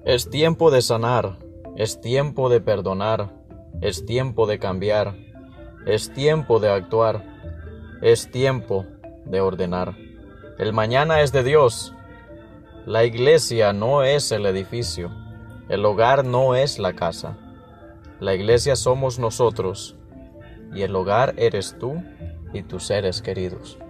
Es tiempo de sanar, es tiempo de perdonar, es tiempo de cambiar, es tiempo de actuar, es tiempo de ordenar. El mañana es de Dios. La iglesia no es el edificio, el hogar no es la casa. La iglesia somos nosotros y el hogar eres tú y tus seres queridos.